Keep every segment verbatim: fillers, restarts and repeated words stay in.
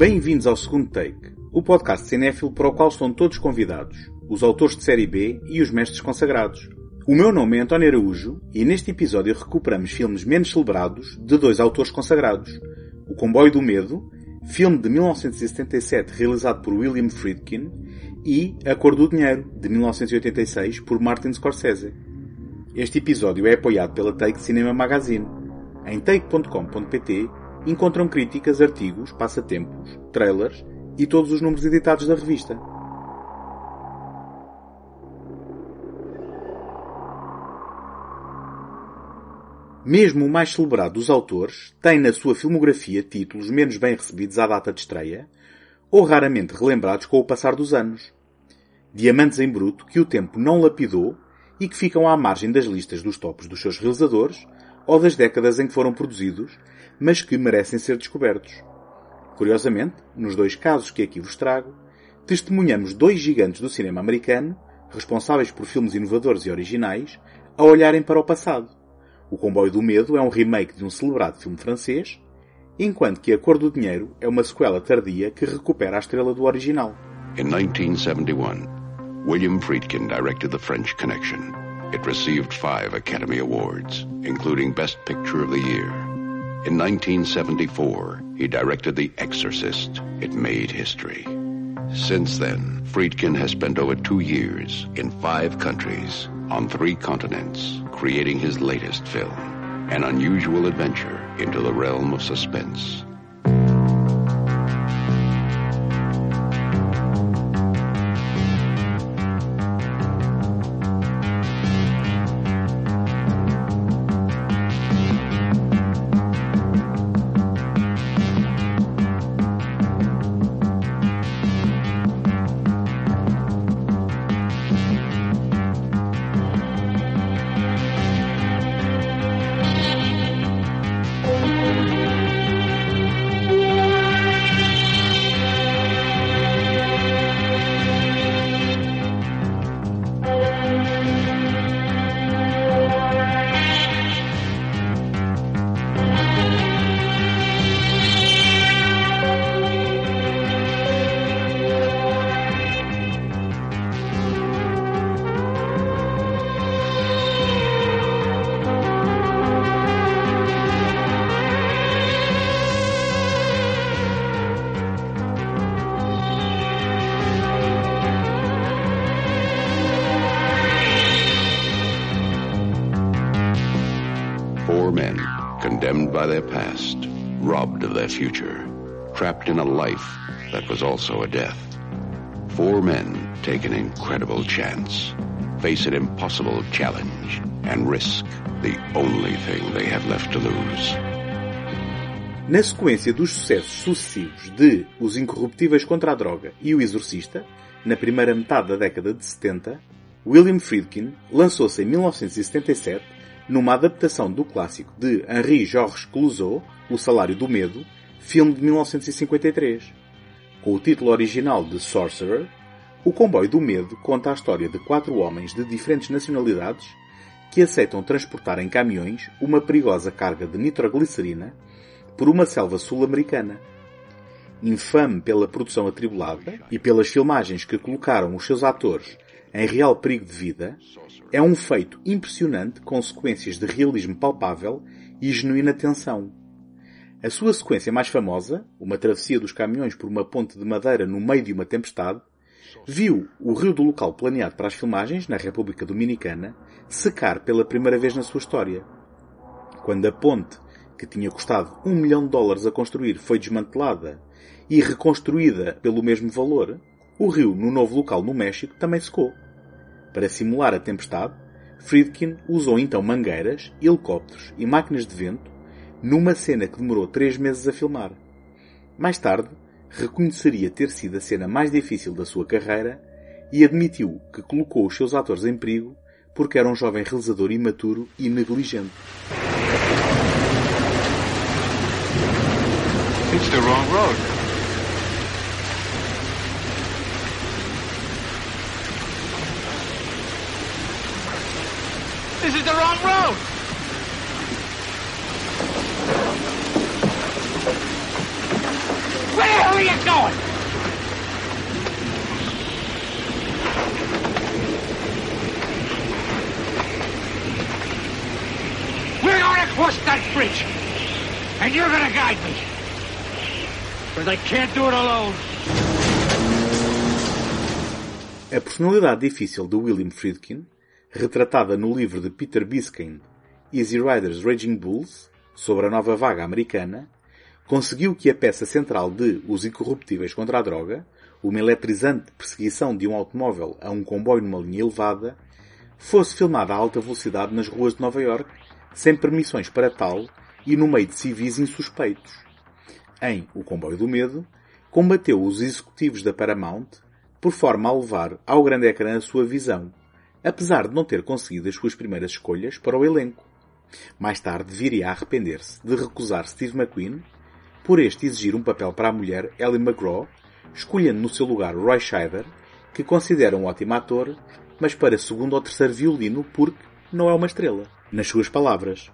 Bem-vindos ao Segundo Take, o podcast cinéfilo para o qual estão todos convidados, os autores de série B e os mestres consagrados. O meu nome é António Araújo e neste episódio recuperamos filmes menos celebrados de dois autores consagrados. O Comboio do Medo, filme de mil novecentos e setenta e sete realizado por William Friedkin, e A Cor do Dinheiro, de mil novecentos e oitenta e seis, por Martin Scorsese. Este episódio é apoiado pela Take Cinema Magazine. Em take ponto com ponto pt encontram críticas, artigos, passatempos, trailers e todos os números editados da revista. Mesmo o mais celebrado dos autores tem na sua filmografia títulos menos bem recebidos à data de estreia ou raramente relembrados com o passar dos anos. Diamantes em bruto que o tempo não lapidou e que ficam à margem das listas dos tops dos seus realizadores ou das décadas em que foram produzidos, mas que merecem ser descobertos. Curiosamente, nos dois casos que aqui vos trago, testemunhamos dois gigantes do cinema americano, responsáveis por filmes inovadores e originais, a olharem para o passado. O Comboio do Medo é um remake de um celebrado filme francês, enquanto que A Cor do Dinheiro é uma sequela tardia que recupera a estrela do original. In nineteen seventy-one, William Friedkin directed The French Connection. It received five Academy Awards, including Best Picture of the Year. In nineteen seventy-four, he directed The Exorcist. It made history. Since then, Friedkin has spent over two years in five countries, on three continents, creating his latest film, an unusual adventure into the realm of suspense. Four men, condemned by their past, robbed of their future, trapped in a life that was also a death. Four men take an incredible chance, face an impossible challenge, and risk the only thing they have left to lose. Na sequência dos sucessos sucessivos de Os Incorruptíveis contra a Droga e O Exorcista, na primeira metade da década de setenta, William Friedkin lançou-se em mil novecentos e setenta e sete numa adaptação do clássico de Henri-Georges Clouzot, O Salário do Medo, filme de mil novecentos e cinquenta e três. Com o título original de Sorcerer, O Comboio do Medo conta a história de quatro homens de diferentes nacionalidades que aceitam transportar em caminhões uma perigosa carga de nitroglicerina por uma selva sul-americana. Infame pela produção atribulada e pelas filmagens que colocaram os seus atores em real perigo de vida, é um feito impressionante com sequências de realismo palpável e genuína tensão. A sua sequência mais famosa, uma travessia dos caminhões por uma ponte de madeira no meio de uma tempestade, viu o rio do local planeado para as filmagens, na República Dominicana, secar pela primeira vez na sua história. Quando a ponte, que tinha custado um milhão de dólares a construir, foi desmantelada e reconstruída pelo mesmo valor, o rio no novo local no México também secou. Para simular a tempestade, Friedkin usou então mangueiras, helicópteros e máquinas de vento numa cena que demorou três meses a filmar. Mais tarde, reconheceria ter sido a cena mais difícil da sua carreira e admitiu que colocou os seus atores em perigo porque era um jovem realizador imaturo e negligente. It's the wrong road. This is the wrong road! Where are you bridge. And you're gonna guide me. Because I can't do it alone. A personalidade difícil de William Friedkin, retratada no livro de Peter Biskind, Easy Riders Raging Bulls, sobre a nova vaga americana, conseguiu que a peça central de Os Incorruptíveis contra a Droga, uma eletrizante perseguição de um automóvel a um comboio numa linha elevada, fosse filmada a alta velocidade nas ruas de Nova York, sem permissões para tal e no meio de civis insuspeitos. Em O Comboio do Medo, combateu os executivos da Paramount por forma a levar ao grande ecrã a sua visão, apesar de não ter conseguido as suas primeiras escolhas para o elenco. Mais tarde viria a arrepender-se de recusar Steve McQueen, por este exigir um papel para a mulher Ellie McGraw, escolhendo no seu lugar Roy Scheider, que considera um ótimo ator, mas para segundo ou terceiro violino porque não é uma estrela. Nas suas palavras.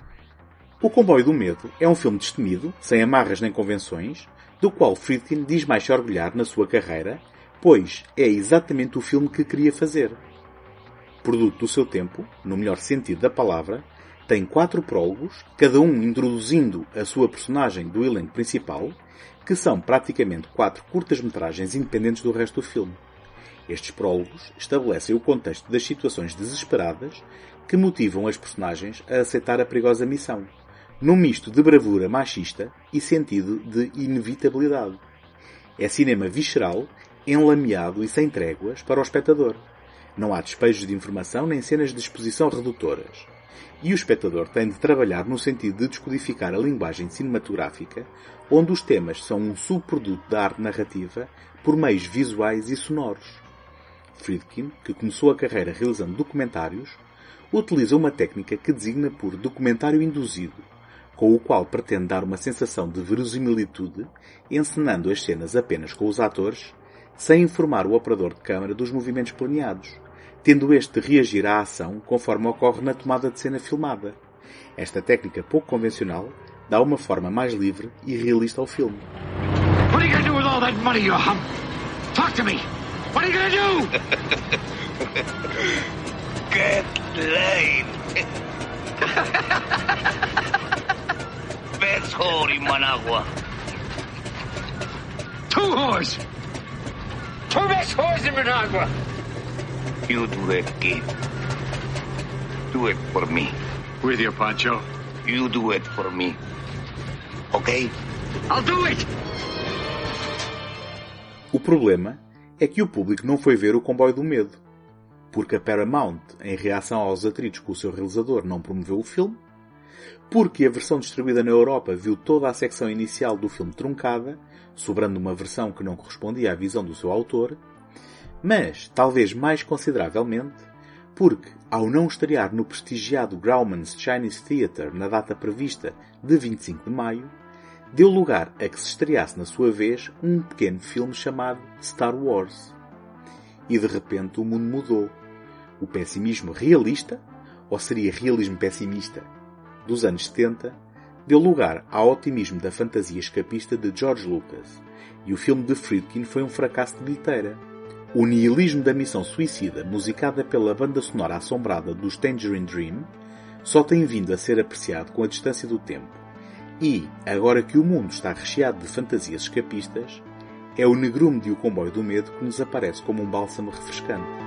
O Comboio do Medo é um filme destemido, sem amarras nem convenções, do qual Friedkin diz mais se orgulhar na sua carreira, pois é exatamente o filme que queria fazer. Produto do seu tempo, no melhor sentido da palavra, tem quatro prólogos, cada um introduzindo a sua personagem do elenco principal, que são praticamente quatro curtas-metragens independentes do resto do filme. Estes prólogos estabelecem o contexto das situações desesperadas que motivam as personagens a aceitar a perigosa missão, num misto de bravura machista e sentido de inevitabilidade. É cinema visceral, enlameado e sem tréguas para o espectador. Não há despejos de informação nem cenas de exposição redutoras. E o espectador tem de trabalhar no sentido de descodificar a linguagem cinematográfica, onde os temas são um subproduto da arte narrativa por meios visuais e sonoros. Friedkin, que começou a carreira realizando documentários, utiliza uma técnica que designa por documentário induzido, com o qual pretende dar uma sensação de verosimilitude, encenando as cenas apenas com os atores, sem informar o operador de câmara dos movimentos planeados, tendo este de reagir à ação conforme ocorre na tomada de cena filmada. Esta técnica pouco convencional dá uma forma mais livre e realista ao filme. What are you gonna do with all that money, you hump? Talk to me! What are you gonna do? Get laid. Best whore in Managua. Two whores! Two best whores in Managua! You do it, kid. Do it for me. With you, Pancho. You do it for me. Okay? I'll do it! O problema é que o público não foi ver O Comboio do Medo, porque a Paramount, em reação aos atritos com o seu realizador, não promoveu o filme, porque a versão distribuída na Europa viu toda a secção inicial do filme truncada, sobrando uma versão que não correspondia à visão do seu autor, mas, talvez mais consideravelmente, porque, ao não estrear no prestigiado Grauman's Chinese Theatre na data prevista de vinte e cinco de maio, deu lugar a que se estreasse na sua vez um pequeno filme chamado Star Wars. E de repente o mundo mudou. O pessimismo realista, ou seria realismo pessimista, dos anos setenta, deu lugar ao otimismo da fantasia escapista de George Lucas, e o filme de Friedkin foi um fracasso de bilheteira. O nihilismo da missão suicida, musicada pela banda sonora assombrada dos Tangerine Dream, só tem vindo a ser apreciado com a distância do tempo. E, agora que o mundo está recheado de fantasias escapistas, é o negrume de O Comboio do Medo que nos aparece como um bálsamo refrescante.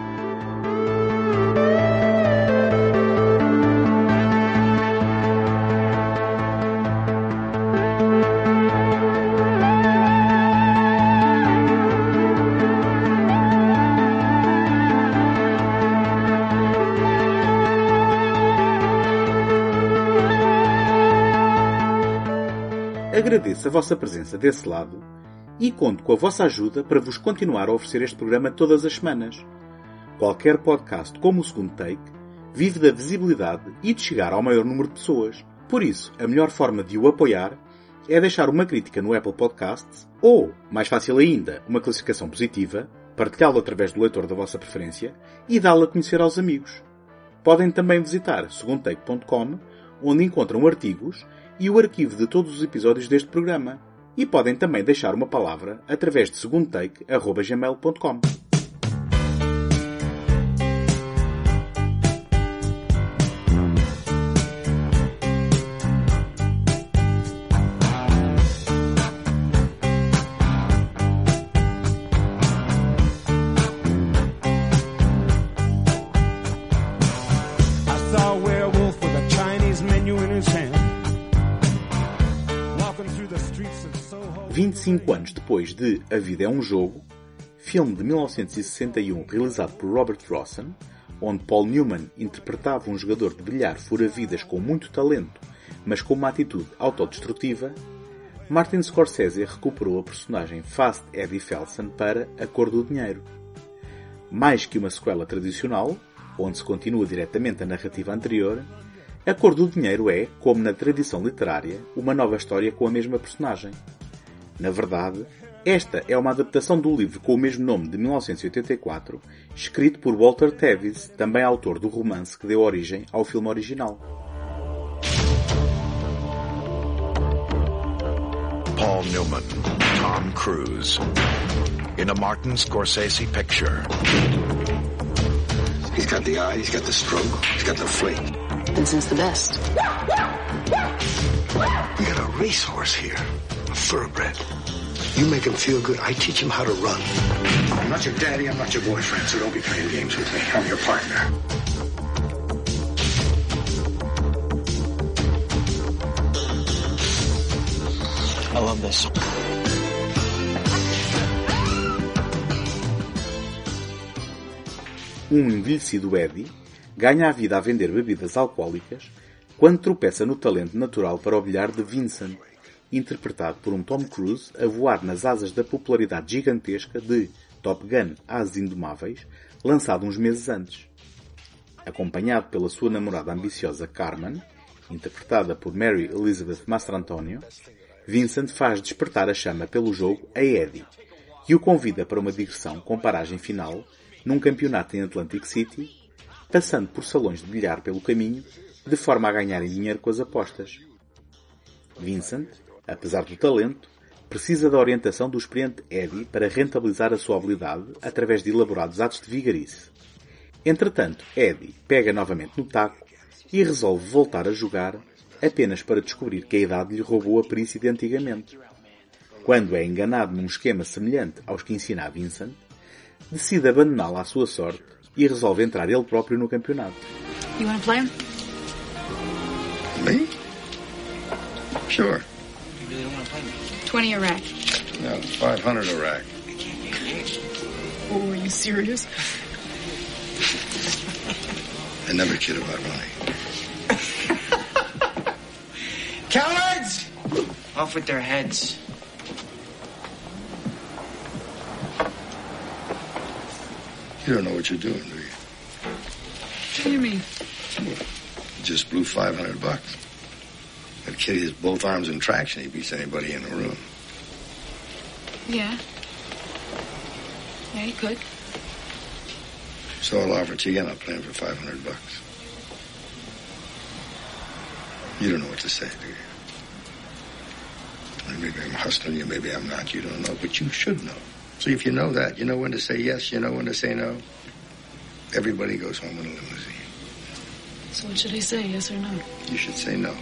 Agradeço a vossa presença desse lado e conto com a vossa ajuda para vos continuar a oferecer este programa todas as semanas. Qualquer podcast como o Segundo Take vive da visibilidade e de chegar ao maior número de pessoas. Por isso, a melhor forma de o apoiar é deixar uma crítica no Apple Podcasts ou, mais fácil ainda, uma classificação positiva, partilhá-lo através do leitor da vossa preferência e dá-lo a conhecer aos amigos. Podem também visitar segundo take ponto com, onde encontram artigos e o arquivo de todos os episódios deste programa. E podem também deixar uma palavra através de segundotake arroba gmail ponto com. vinte e cinco anos depois de A Vida é um Jogo, filme de mil novecentos e sessenta e um realizado por Robert Rossen, onde Paul Newman interpretava um jogador de bilhar fura-vidas com muito talento, mas com uma atitude autodestrutiva, Martin Scorsese recuperou a personagem Fast Eddie Felson para A Cor do Dinheiro. Mais que uma sequela tradicional, onde se continua diretamente a narrativa anterior, A Cor do Dinheiro é, como na tradição literária, uma nova história com a mesma personagem. Na verdade, esta é uma adaptação do livro com o mesmo nome de mil novecentos e oitenta e quatro, escrito por Walter Tevis, também autor do romance que deu origem ao filme original. Paul Newman, Tom Cruise, in a Martin Scorsese picture. He's got the eye, he's got the stroke, he's got the fleet. Vincent's the best. We got a racehorse here, a thoroughbred. You make him feel good, I teach him how to run. I'm not your daddy, I'm not your boyfriend, so don't be playing games with me. I'm your partner. I love this. Um envelhecido Eddie ganha a vida a vender bebidas alcoólicas quando tropeça no talento natural para o bilhar de Vincent, interpretado por um Tom Cruise a voar nas asas da popularidade gigantesca de Top Gun Asas Indomáveis, lançado uns meses antes. Acompanhado pela sua namorada ambiciosa Carmen, interpretada por Mary Elizabeth Mastrantonio, Vincent faz despertar a chama pelo jogo a Eddie e o convida para uma digressão com paragem final num campeonato em Atlantic City, passando por salões de bilhar pelo caminho, de forma a ganharem dinheiro com as apostas. Vincent, apesar do talento, precisa da orientação do experiente Eddie para rentabilizar a sua habilidade através de elaborados atos de vigarice. Entretanto, Eddie pega novamente no taco e resolve voltar a jogar apenas para descobrir que a idade lhe roubou a perícia de antigamente. Quando é enganado num esquema semelhante aos que ensina a Vincent, decide abandoná-la à sua sorte e resolve entrar ele próprio no campeonato. You want to play him? Me? Sure. You really don't want to play me? Twenty a rack. No, five hundred a rack. Oh, are you serious? I never kid about money. Cowards! Off with their heads. You don't know what you're doing, do you? What do you mean? You just blew five hundred bucks. That kid has both arms in traction. He beats anybody in the room. Yeah. Yeah, he could. So I'll offer it to you and I'll play him for five hundred bucks. You don't know what to say, do you? Maybe I'm hustling you, maybe I'm not. You don't know, but you should know. So if you know that, you know when to say yes, you know when to say no. Everybody goes home in a limousine. So what should I say, yes or no? You should say no.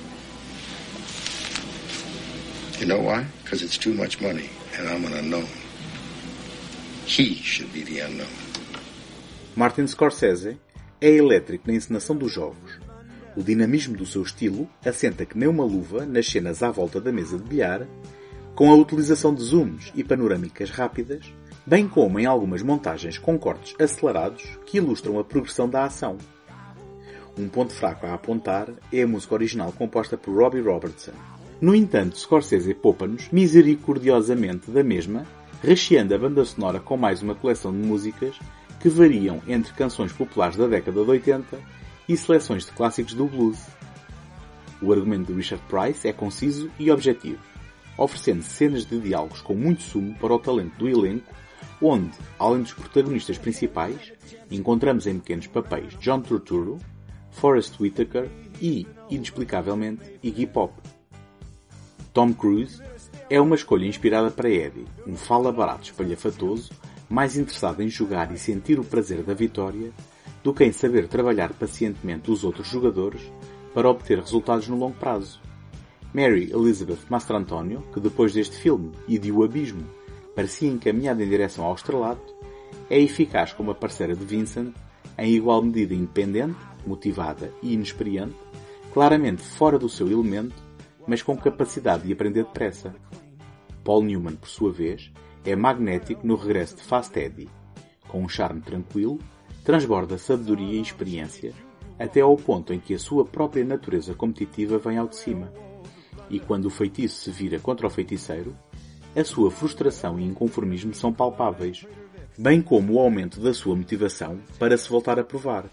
You know why? Because it's too much money, and I'm an unknown. He should be the unknown. Martin Scorsese é elétrico na encenação dos jogos. O dinamismo do seu estilo assenta que nem uma luva nas cenas à volta da mesa de bilhar, com a utilização de zooms e panorâmicas rápidas, bem como em algumas montagens com cortes acelerados que ilustram a progressão da ação. Um ponto fraco a apontar é a música original composta por Robbie Robertson. No entanto, Scorsese poupa-nos misericordiosamente da mesma, recheando a banda sonora com mais uma coleção de músicas que variam entre canções populares da década de oitenta e seleções de clássicos do blues. O argumento de Richard Price é conciso e objetivo, oferecendo cenas de diálogos com muito sumo para o talento do elenco, onde, além dos protagonistas principais, encontramos em pequenos papéis John Turturro, Forest Whitaker e, inexplicavelmente, Iggy Pop. Tom Cruise é uma escolha inspirada para Eddie, um fala-barato espalhafatoso, mais interessado em jogar e sentir o prazer da vitória do que em saber trabalhar pacientemente os outros jogadores para obter resultados no longo prazo. Mary Elizabeth Mastrantonio, que depois deste filme e de O Abismo parecia encaminhada em direção ao estrelato, é eficaz como a parceira de Vincent, em igual medida independente, motivada e inexperiente, claramente fora do seu elemento, mas com capacidade de aprender depressa. Paul Newman, por sua vez, é magnético no regresso de Fast Eddie. Com um charme tranquilo, transborda sabedoria e experiência, até ao ponto em que a sua própria natureza competitiva vem ao de cima. E quando o feitiço se vira contra o feiticeiro, a sua frustração e inconformismo são palpáveis, bem como o aumento da sua motivação para se voltar a provar.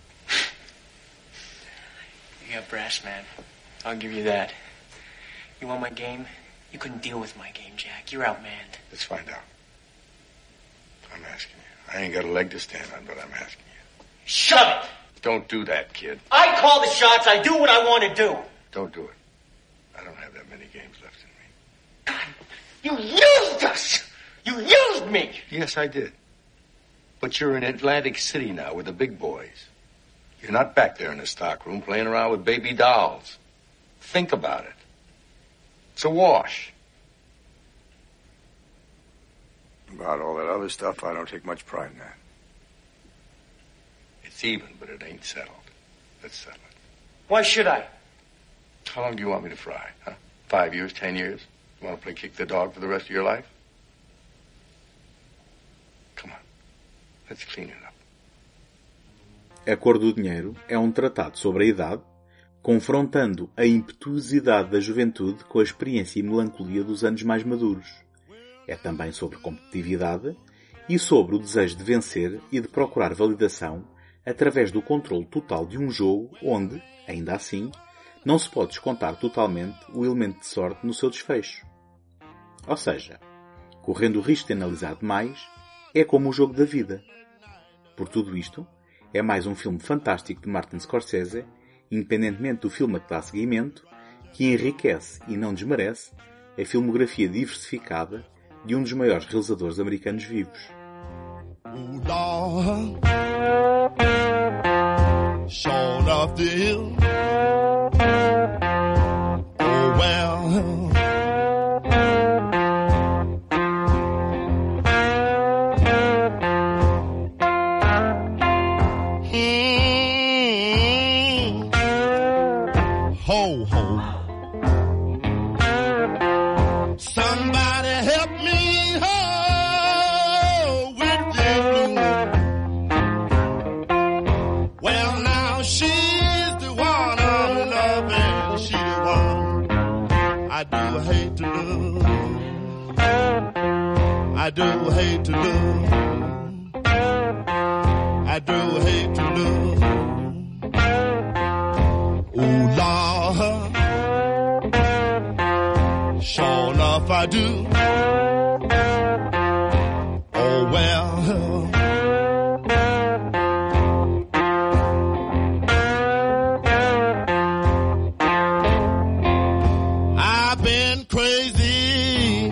You got brass, man. I'll give you that. You want my game? You couldn't deal with my game, Jack. You're outmanned. Let's find out. I'm asking you. I ain't got a leg to stand on, but I'm asking you. Shut it! Don't do that, kid. I call the shots. I do what I want to do. Don't do it. I don't have that many games left in me. God, you used us! You used me! Yes, I did. But you're in Atlantic City now with the big boys. You're not back there in the stockroom playing around with baby dolls. Think about it. It's a wash. About all that other stuff, I don't take much pride in that. It's even, but it ain't settled. Let's settle it. Why should I? How long do you want me to fry, huh? Five years, ten years? You want to play kick the dog for the rest of your life? Come on. Let's clean it up. A Cor do Dinheiro é um tratado sobre a idade, confrontando a impetuosidade da juventude com a experiência e melancolia dos anos mais maduros. É também sobre competitividade e sobre o desejo de vencer e de procurar validação através do controle total de um jogo onde, ainda assim, não se pode descontar totalmente o elemento de sorte no seu desfecho. Ou seja, correndo o risco de analisar demais, é como o jogo da vida. Por tudo isto, é mais um filme fantástico de Martin Scorsese, independentemente do filme a que dá seguimento, que enriquece e não desmerece a filmografia diversificada de um dos maiores realizadores americanos vivos. Ho, ho. Somebody help me ho with the blue. Well, now she's the one I'm loving. She's the one I do hate to lose. I do hate to lose. I do hate to lose. Oh, Lord, sure enough I do. Oh, well, I've been crazy.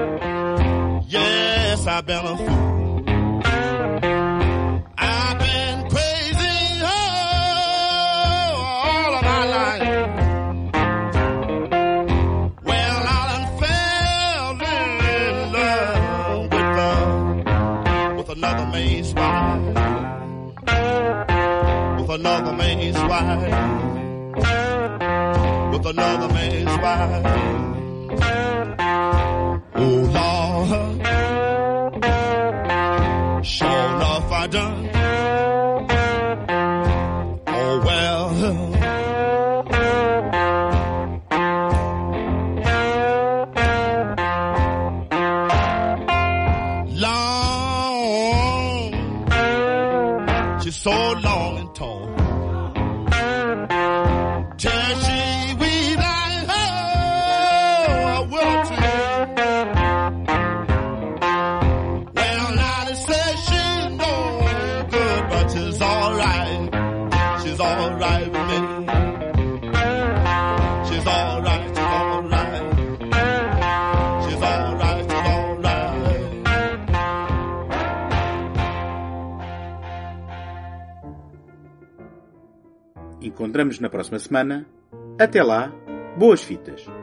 Yes, I've been a fool. Another man's wife, with another man's wife. Oh Lord, sure enough I done. Oh well. Long, she's so long and tall. Encontramos na próxima semana. Até lá, boas fitas!